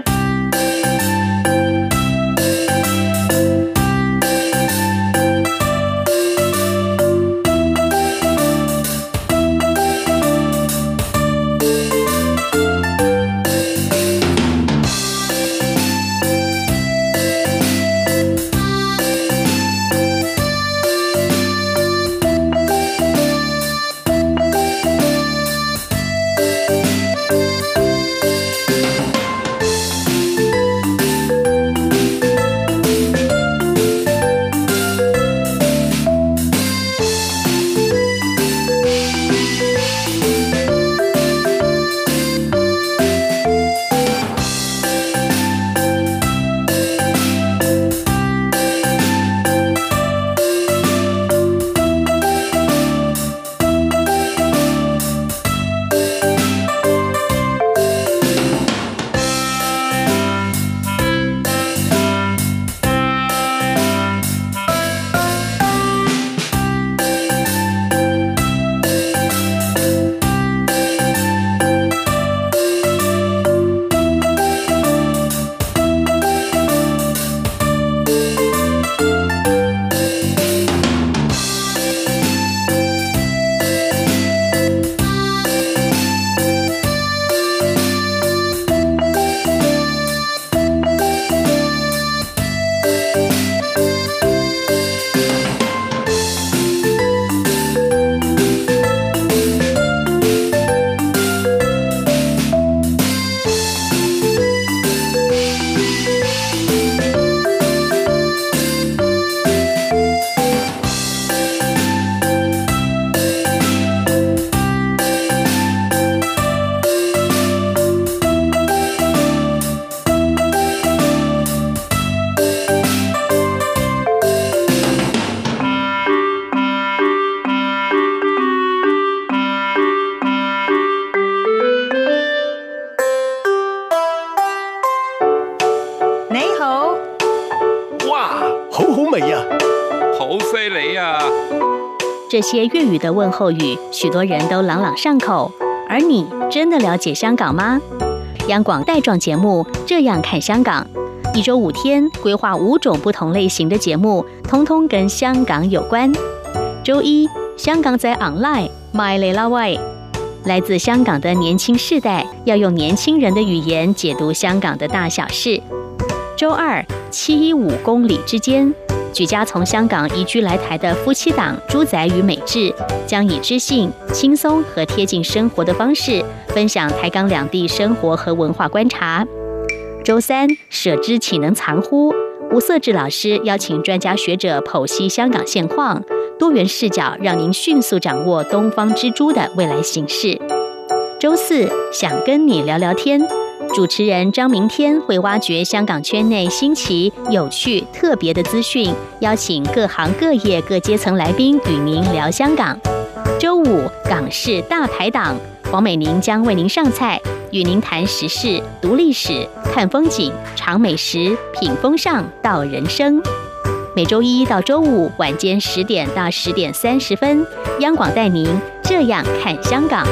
这些粤语的问候语，许多人都朗朗上口。而你真的了解香港吗？央广带状节目《这样看香港》，一周五天，规划五种不同类型的节目，通通跟香港有关。周一，香港在 online 買嚟啦喂，来自香港的年轻世代要用年轻人的语言解读香港的大小事。周二，七一五公里之间，举家从香港移居来台的夫妻档朱仔与美智，将以知性、轻松和贴近生活的方式，分享台港两地生活和文化观察。周三，舍之岂能藏乎？吴瑟智老师邀请专家学者剖析香港现况，多元视角让您迅速掌握东方之珠的未来形势。周四，想跟你聊聊天。主持人张明天会挖掘香港圈内新奇、有趣、特别的资讯，邀请各行各业各阶层来宾与您聊香港。周五，港式大排档，黄美玲将为您上菜，与您谈时事、读历史、看风景、尝美食、品风尚到人生。每周一到周五晚间十点到十点三十分，央广带您这样看香港。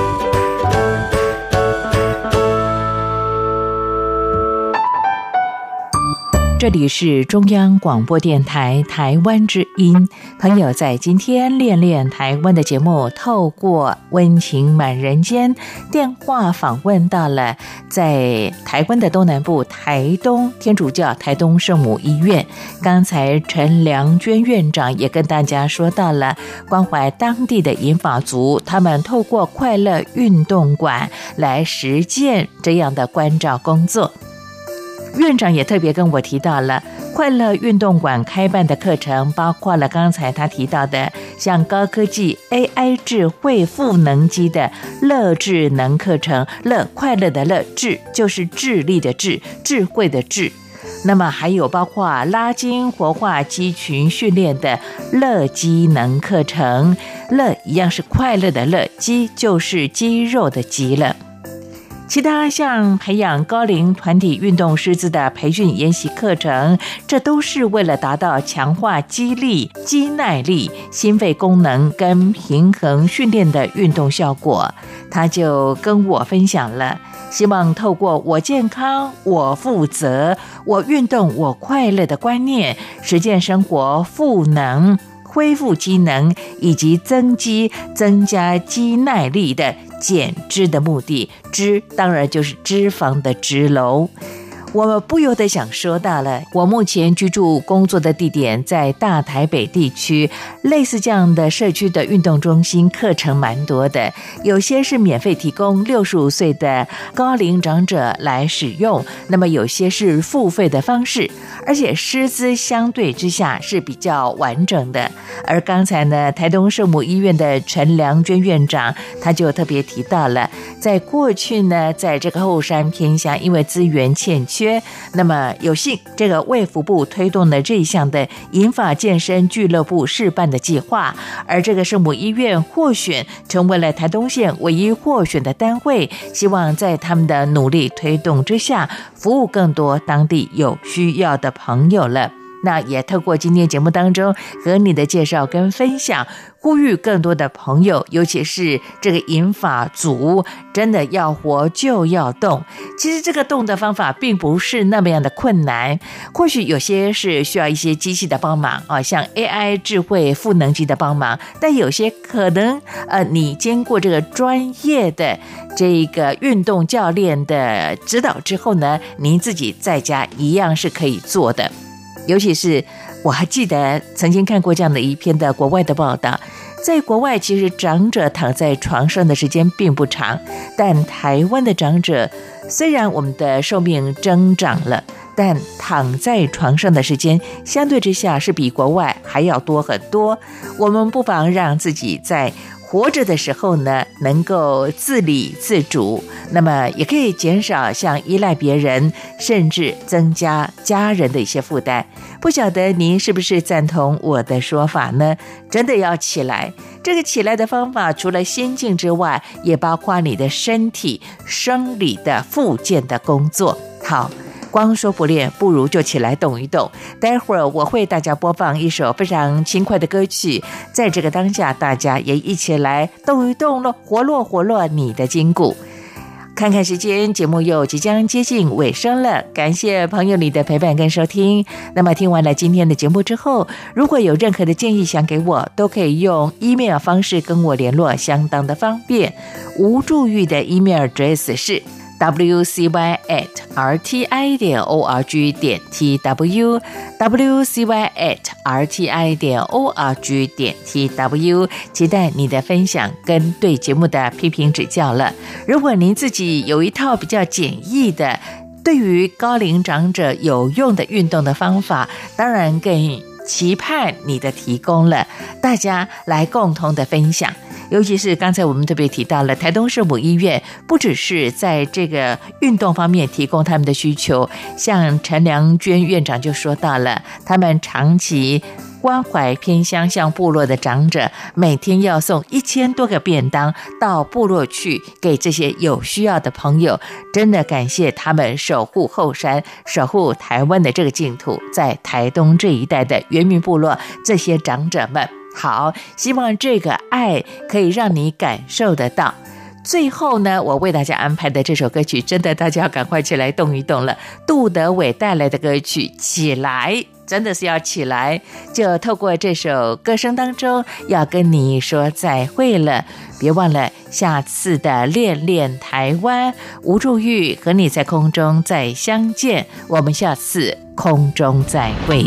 这里是中央广播电台台湾之音，朋友在今天练练台湾的节目，透过温情满人间电话访问到了在台湾的东南部台东天主教台东圣母医院。刚才陈良娟院长也跟大家说到了关怀当地的银发族，他们透过快乐运动馆来实践这样的关照工作。院长也特别跟我提到了快乐运动馆开办的课程，包括了刚才他提到的像高科技 A I 智慧赋能机的乐智能课程，乐快乐的乐，智就是智力的智，智慧的智。那么还有包括拉筋活化肌群训练的乐机能课程，乐一样是快乐的乐，肌就是肌肉的肌了。其他像培养高龄团体运动师资的培训研习课程，这都是为了达到强化肌力、肌耐力、心肺功能跟平衡训练的运动效果。他就跟我分享了，希望透过我健康、我负责、我运动、我快乐的观念，实践生活赋能、恢复机能以及增肌、增加肌耐力的减脂的目的，脂当然就是脂肪的脂喽。我不由得想说到了，我目前居住工作的地点在大台北地区，类似这样的社区的运动中心课程蛮多的，有些是免费提供六十五岁的高龄长者来使用，那么有些是付费的方式，而且师资相对之下是比较完整的。而刚才呢，台东圣母医院的陈良娟院长他就特别提到了，在过去呢，在这个后山偏乡，因为资源欠缺，那么有幸这个卫福部推动了这一项的银发健身俱乐部示范的计划，而这个圣母医院获选成为了台东县唯一获选的单位，希望在他们的努力推动之下，服务更多当地有需要的朋友了。那也透过今天节目当中和你的介绍跟分享，呼吁更多的朋友，尤其是这个银发族，真的要活就要动。其实这个动的方法并不是那么样的困难，或许有些是需要一些机器的帮忙啊，像 A I 智慧赋能机的帮忙，但有些可能呃，你经过这个专业的这个运动教练的指导之后呢，您自己在家一样是可以做的。尤其是我还记得曾经看过这样的一篇的国外的报道，在国外其实长者躺在床上的时间并不长，但台湾的长者虽然我们的寿命增长了，但躺在床上的时间相对之下是比国外还要多很多。我们不妨让自己在活着的时候呢，能够自理自主，那么也可以减少像依赖别人，甚至增加家人的一些负担。不晓得您是不是赞同我的说法呢？真的要起来，这个起来的方法除了心境之外，也包括你的身体生理的复健的工作。好， 光说不练，不如就起来动一动。待会儿我会大家播放一首非常轻快的歌曲，在这个当下，大家也一起来动一动咯，活络活络你的筋骨。看看时间，节目又即将接近尾声了，感谢朋友你的陪伴跟收听。那么听完了今天的节目之后，如果有任何的建议想给我，都可以用 email 方式跟我联络，相当的方便。吴祝玉的 email address 是w c y at r t i 点 o r g 点 t w w c y at r t i 点 o r g 点 t w， 期待你的分享跟对节目的批评指教了。如果您自己有一套比较简易的对于高龄长者有用的运动的方法，当然更期盼你的提供了，大家来共同的分享。尤其是刚才我们特别提到了台东圣母医院，不只是在这个运动方面提供他们的需求，像陈良娟院长就说到了，他们长期关怀偏乡向部落的长者，每天要送一千多个便当到部落去给这些有需要的朋友，真的感谢他们守护后山，守护台湾的这个净土，在台东这一带的原民部落这些长者们。好，希望这个爱可以让你感受得到。最后呢，我为大家安排的这首歌曲，真的大家要赶快起来动一动了。杜德伟带来的歌曲《起来》，真的是要起来。就透过这首歌声当中，要跟你说再会了。别忘了下次的练练台湾，吴祝玉和你在空中再相见。我们下次空中再会。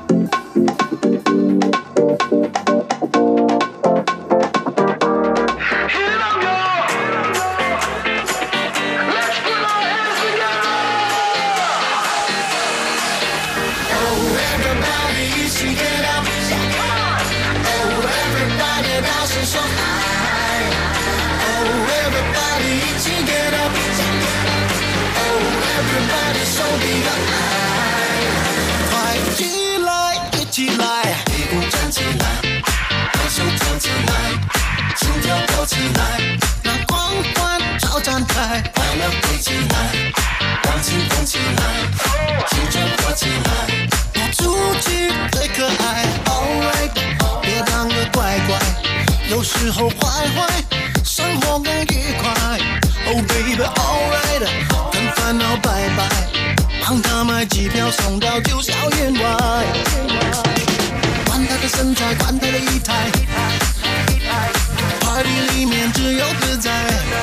起来，让光环照展开，快乐飞起来，让清风起来，青春活起来，我出去最可爱 ，Alright， 别当个乖乖，有时候坏坏，生活更愉快 ，Oh baby，Alright， 跟烦恼拜拜，帮他买机票送到九霄云外，管他的身材，管他的仪态。party 里面只有自在，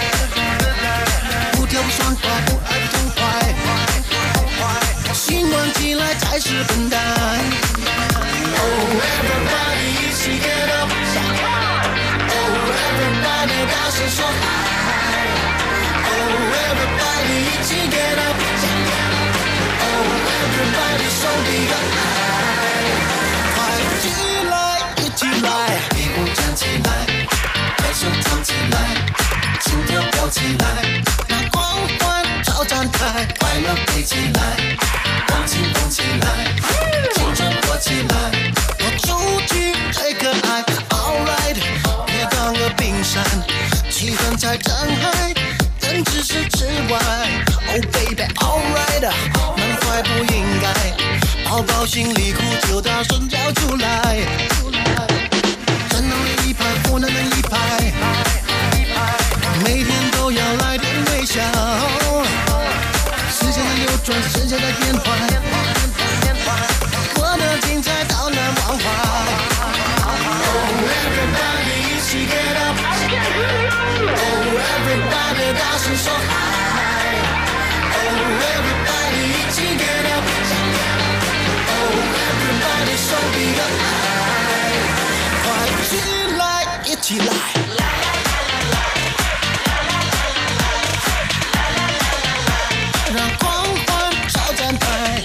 不跳不爽快，不爱不痛快，心暖起来才是笨蛋。Oh everybody 一起 get up， Oh everybody 大声说嗨 ，Oh everybody 一起 get up， Oh everybody 手比个爱，快起来一起来，屁股站起来。手唱起来，心跳飙起来，让光环照展开，快乐飞起来，让清风起来，青春活起来。我出去最可爱 ，Alright， 别当个冰山，气氛才真嗨，人只是之外 ，Oh baby，Alright， 满怀不应该，宝宝心里苦就大声叫出来。正能量一派，负能量一派，每天都要来点微笑。时间在流转，时间在变换，我的精彩到难忘怀。Oh everybody 一起 get up， Oh everybody 大声说嗨 ，Oh everybody 一起 get up， Oh everybody 手比个爱。起来，一起来！让光环照展开。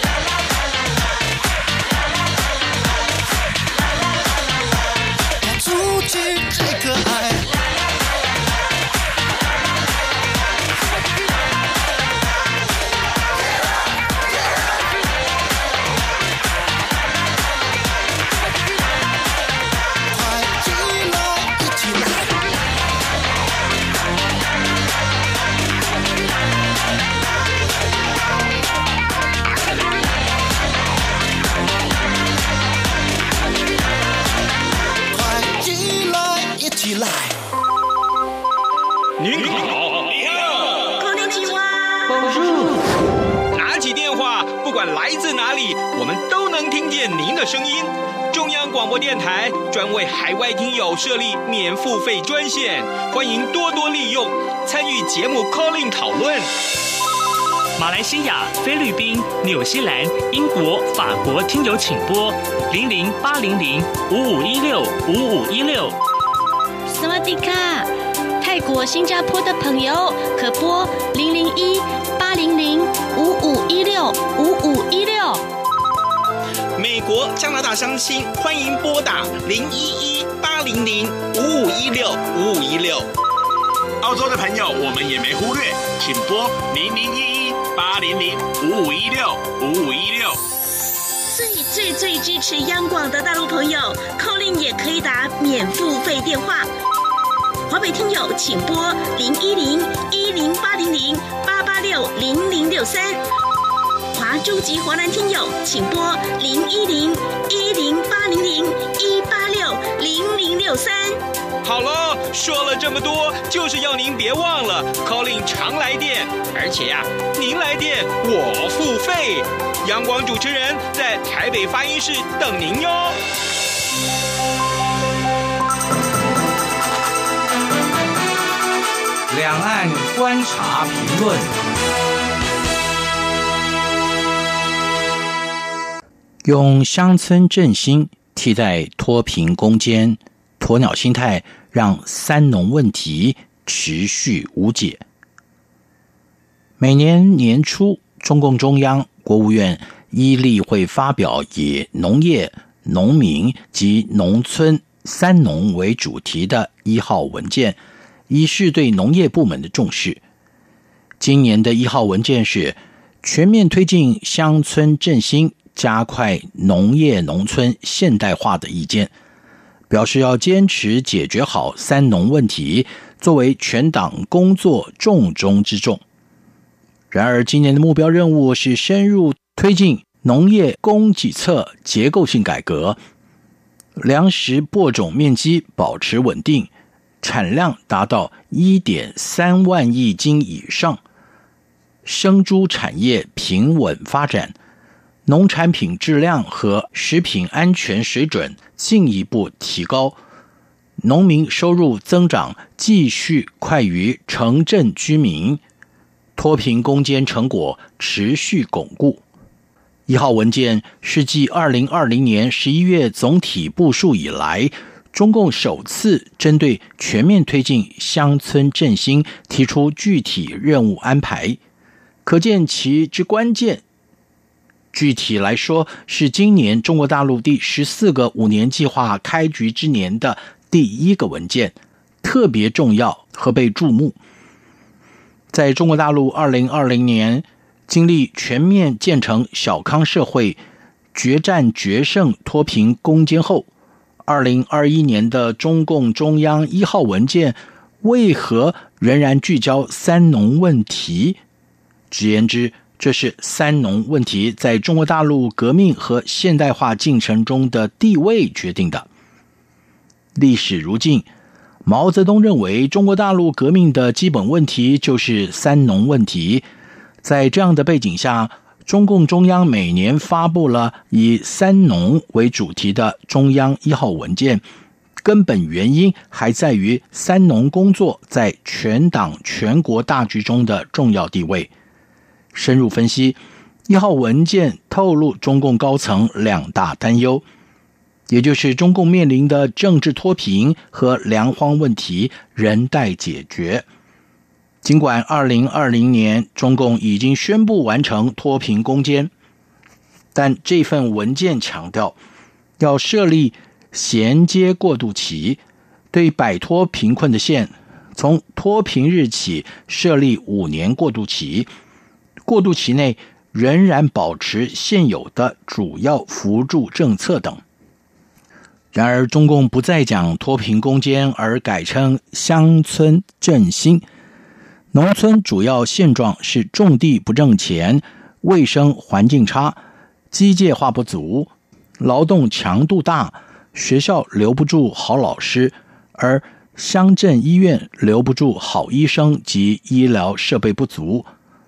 我出去最可爱。快起来，一起来！ 来自哪里，我们都能听见您的声音。中央广播电台专为海外听友设立免付费专线，欢迎多多利用，参与节目 call in 讨论。 马来西亚、菲律宾、纽西兰、英国、法国听友请拨零零八零零五五一六五五一六。 萨瓦迪卡，泰国、新加坡的朋友可拨零零一八零零五五一六五五一六。 美国、加拿大乡亲欢迎拨打零一一八零零五五一六五五一六。 澳洲的朋友我们也没忽略，请拨零零一一八零零五五一六五五一六。 最最最支持央广的大陆朋友 ，call in 也可以打免付费电话。华北听友请拨零一零一零八零零八八六零零六三。华中及华南听友请拨零一零一零八零零一八六零零六三。 好了，说了这么多，就是要您别忘了 call in 常来电，而且呀、啊，您来电我付费。阳光主持人在台北发音室等您哟。 两岸观察评论。用乡村振兴替代脱贫攻坚，鸵鸟心态让三农问题持续无解。每年年初，中共中央、国务院依例会发表以农业、农民及农村三农为主题的一号文件，以示对农业部门的重视。今年的一号文件是全面推进乡村振兴，加快农业农村现代化的意见，表示要坚持解决好三农问题，作为全党工作重中之重。然而，今年的目标任务是深入推进农业供给侧结构性改革，粮食播种面积保持稳定，产量达到 一点三万亿斤以上，生猪产业平稳发展，农产品质量和食品安全水准进一步提高，农民收入增长继续快于城镇居民，脱贫攻坚成果持续巩固。一号文件是继二零二零年十一月总体部署以来，中共首次针对全面推进乡村振兴提出具体任务安排，可见其之关键。具体来说，是今年中国大陆第十四个五年计划开局之年的第一个文件，特别重要和被注目。在中国大陆二零二零年经历全面建成小康社会、决战决胜脱贫攻坚后，二零二一年的中共中央一号文件为何仍然聚焦三农问题？直言之，这是三农问题在中国大陆革命和现代化进程中的地位决定的。历史如镜，毛泽东认为中国大陆革命的基本问题就是三农问题。在这样的背景下，中共中央每年发布了以三农为主题的中央一号文件，根本原因还在于三农工作在全党全国大局中的重要地位。深入分析，一号文件透露中共高层两大担忧，也就是中共面临的政治脱贫和粮荒问题仍待解决。尽管二零二零年中共已经宣布完成脱贫攻坚，但这份文件强调要设立衔接过渡期，对摆脱贫困的县，从脱贫日起设立五年过渡期，过渡期内仍然保持现有的主要扶助政策等。然而，中共不再讲脱贫攻坚，而改称乡村振兴。农村主要现状是种地不挣钱，卫生环境差，机械化不足，劳动强度大，学校留不住好老师，而乡镇医院留不住好医生及医疗设备不足，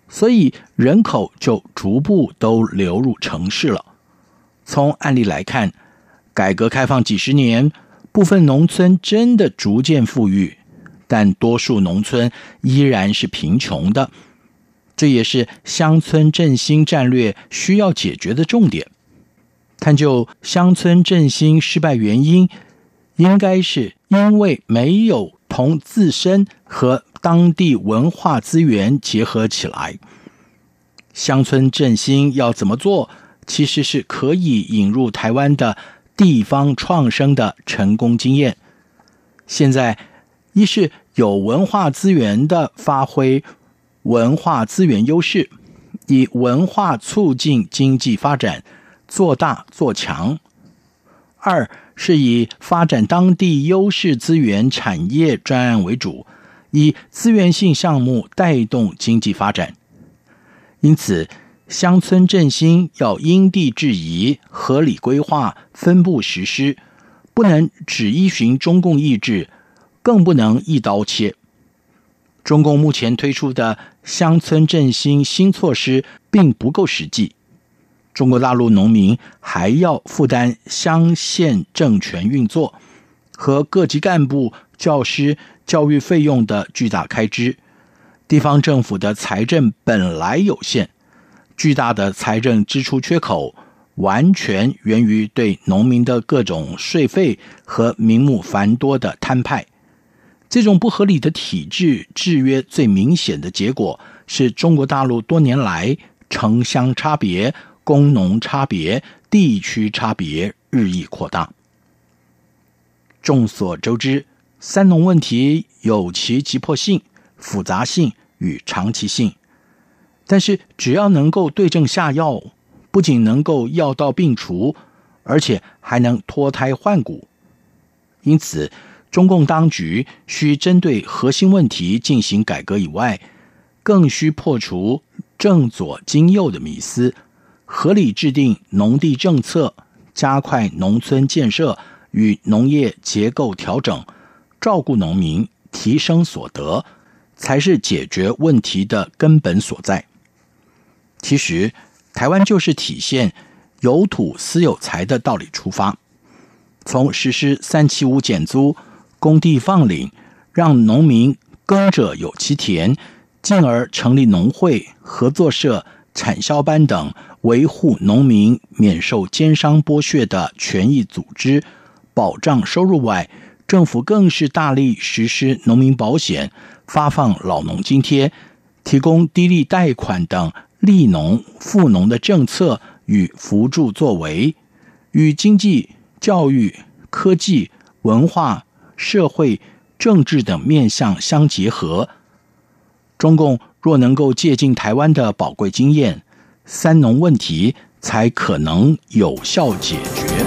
所以人口就逐步都流入城市了。从案例来看，改革开放几十年，部分农村真的逐渐富裕，但多数农村依然是贫穷的。这也是乡村振兴战略需要解决的重点。探究乡村振兴失败原因，应该是因为没有同自身和当地文化资源结合起来。乡村振兴要怎么做，其实是可以引入台湾的地方创生的成功经验。现在一是有文化资源的发挥文化资源优势，以文化促进经济发展，做大做强；二是以发展当地优势资源产业专案为主，以资源性项目带动经济发展。因此，乡村振兴要因地制宜，合理规划，分步实施，不能只依循中共意志，更不能一刀切。中共目前推出的乡村振兴新措施并不够实际，中国大陆农民还要负担乡县政权运作和各级干部、教师教育费用的巨大开支。地方政府的财政本来有限，巨大的财政支出缺口完全源于对农民的各种税费和名目繁多的摊派。这种不合理的体制制约最明显的结果是中国大陆多年来城乡差别、工农差别、地区差别日益扩大。众所周知，三农问题有其急迫性、复杂性与长期性，但是只要能够对症下药，不仅能够药到病除，而且还能脱胎换骨。因此中共当局需针对核心问题进行改革以外，更需破除正左经右的迷思，合理制定农地政策，加快农村建设与农业结构调整，照顾农民，提升所得，才是解决问题的根本所在。其实台湾就是体现有土私有财的道理出发，从实施三七五减租、公地放领，让农民耕者有其田，进而成立农会、合作社、产销班等维护农民免受奸商剥削的权益组织，保障收入外，政府更是大力实施农民保险，发放老农津贴，提供低利贷款等利农富农的政策与扶助作为，与经济、教育、科技、文化、社会、政治等面向相结合。中共若能够借鉴台湾的宝贵经验，三农问题才可能有效解决。